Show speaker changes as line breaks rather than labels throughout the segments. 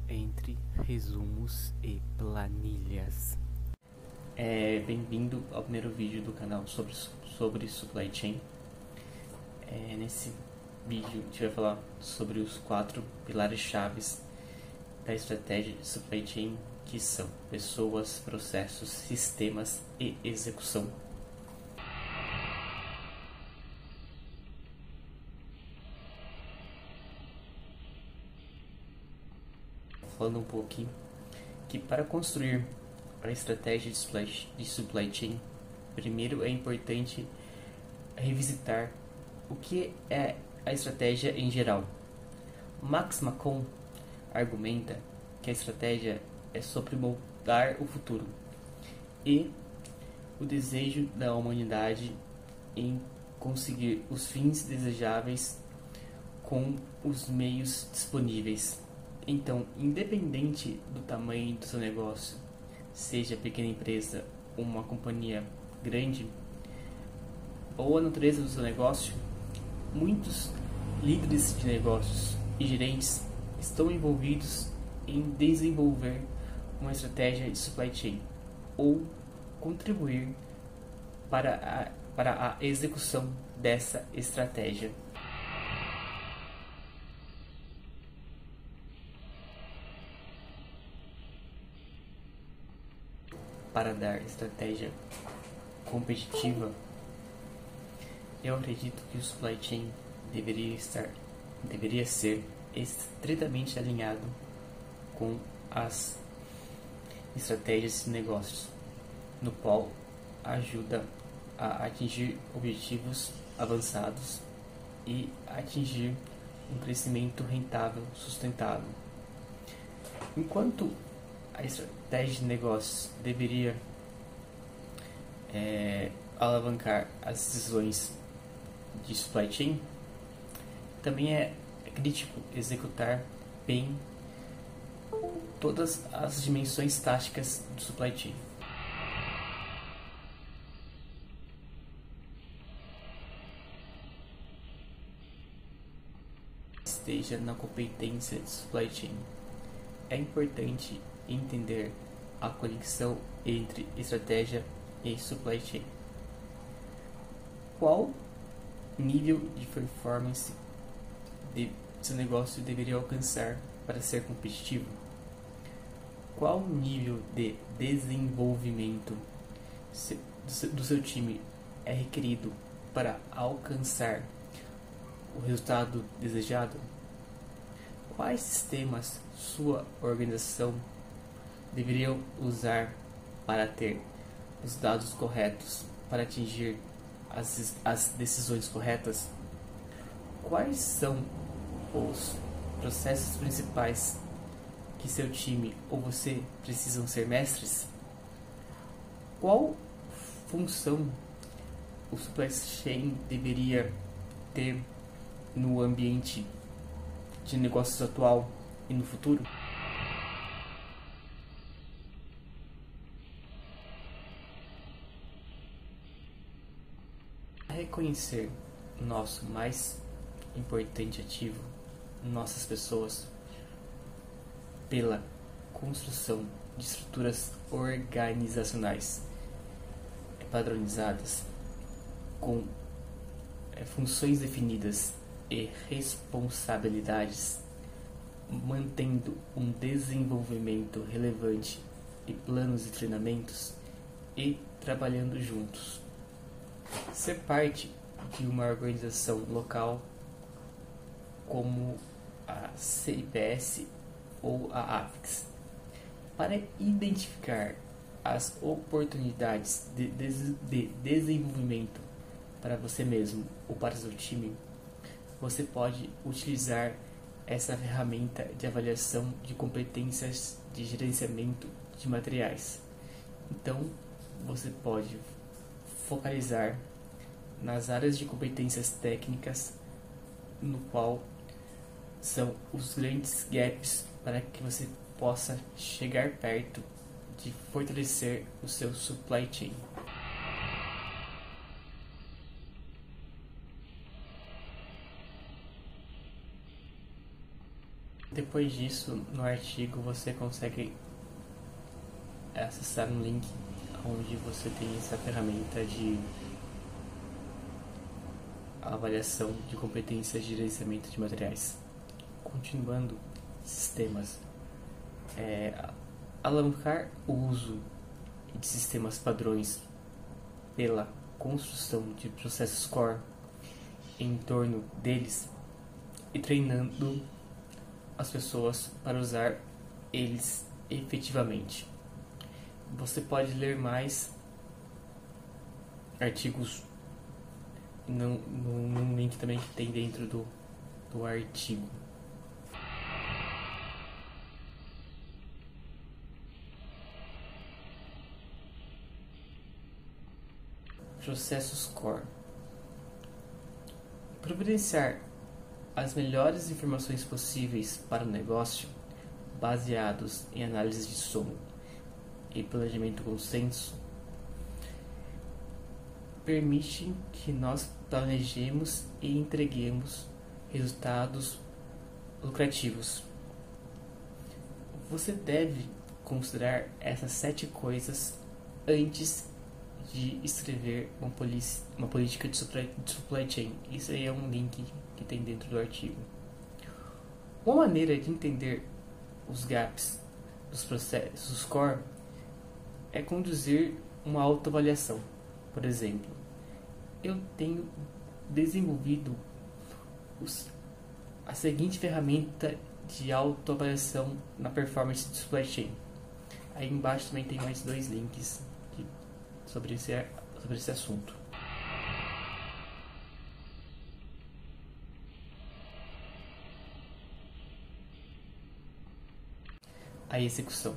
entre resumos e planilhas. Bem-vindo ao primeiro vídeo do canal sobre supply chain. Nesse vídeo a gente vai falar sobre os 4 pilares chaves da estratégia de supply chain, que são pessoas, processos, sistemas e execução. Falando um pouquinho que para construir a estratégia de supply chain, primeiro é importante revisitar o que é a estratégia em geral. Max Macon argumenta que a estratégia é sobre moldar o futuro e o desejo da humanidade em conseguir os fins desejáveis com os meios disponíveis. Então, independente do tamanho do seu negócio, seja pequena empresa ou uma companhia grande, ou a natureza do seu negócio, muitos líderes de negócios e gerentes estão envolvidos em desenvolver uma estratégia de supply chain ou contribuir para a execução dessa estratégia. Para dar estratégia competitiva, eu acredito que o supply chain deveria ser estritamente alinhado com as estratégias de negócios, no qual ajuda a atingir objetivos avançados e atingir um crescimento rentável sustentável. Enquanto a estratégia de negócios deveria alavancar as decisões de supply chain, também é crítico executar bem todas as dimensões táticas do supply chain. Esteja na competência de supply chain. É importante entender a conexão entre estratégia e supply chain. Qual nível de performance seu negócio deveria alcançar para ser competitivo? Qual nível de desenvolvimento do seu time é requerido para alcançar o resultado desejado? Quais sistemas sua organização deveria usar para ter os dados corretos para atingir as decisões corretas? Quais são os processos principais que seu time ou você precisam ser mestres? Qual função o supply chain deveria ter no ambiente de negócios atual e no futuro? Reconhecer nosso mais importante ativo, nossas pessoas, pela construção de estruturas organizacionais padronizadas, com funções definidas e responsabilidades, mantendo um desenvolvimento relevante e planos de treinamentos e trabalhando juntos. Ser parte de uma organização local como a CIPS ou a AFIX para identificar as oportunidades de desenvolvimento para você mesmo ou para seu time. Você pode utilizar essa ferramenta de avaliação de competências de gerenciamento de materiais. Então, você pode focalizar nas áreas de competências técnicas, no qual são os grandes gaps para que você possa chegar perto de fortalecer o seu supply chain. Depois disso, no artigo você consegue acessar um link onde você tem essa ferramenta de avaliação de competências de gerenciamento de materiais. Continuando, sistemas. Alavancar o uso de sistemas padrões pela construção de processos core em torno deles e treinando as pessoas para usar eles efetivamente. Você pode ler mais artigos num link também que tem dentro do artigo. Processos core. Providenciar as melhores informações possíveis para o negócio, baseados em análise de som e planejamento consenso, permite que nós planejemos e entreguemos resultados lucrativos. Você deve considerar essas 7 coisas antes de escrever uma política de supply chain. Isso aí é um link que tem dentro do artigo. Uma maneira de entender os gaps dos processos core é conduzir uma autoavaliação. Por exemplo, eu tenho desenvolvido a seguinte ferramenta de autoavaliação na performance de supply chain. Aí embaixo também tem mais 2 links sobre esse assunto. A execução.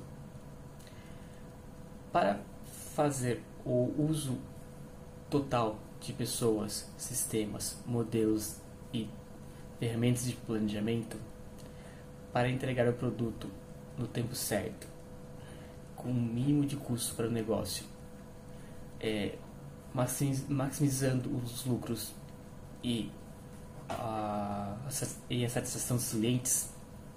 Para fazer o uso total de pessoas, sistemas, modelos e ferramentas de planejamento para entregar o produto no tempo certo, com o mínimo de custo para o negócio, maximizando os lucros e a satisfação dos clientes.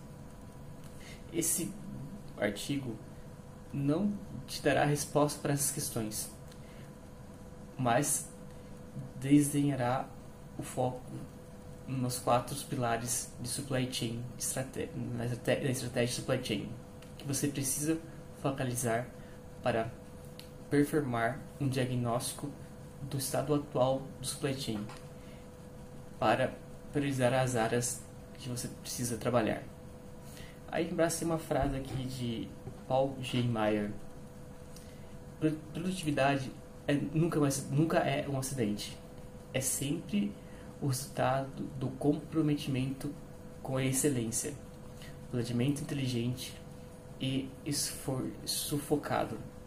Esse artigo não te dará resposta para essas questões, mas desenhará o foco nos 4 pilares de supply chain, na estratégia de supply chain, que você precisa focalizar para performar um diagnóstico do estado atual do supply chain, para priorizar as áreas que você precisa trabalhar. Aí embaixo tem uma frase aqui de Paul J. Meyer: produtividade nunca é um acidente, é sempre o resultado do comprometimento com a excelência, planejamento inteligente e esforço focado.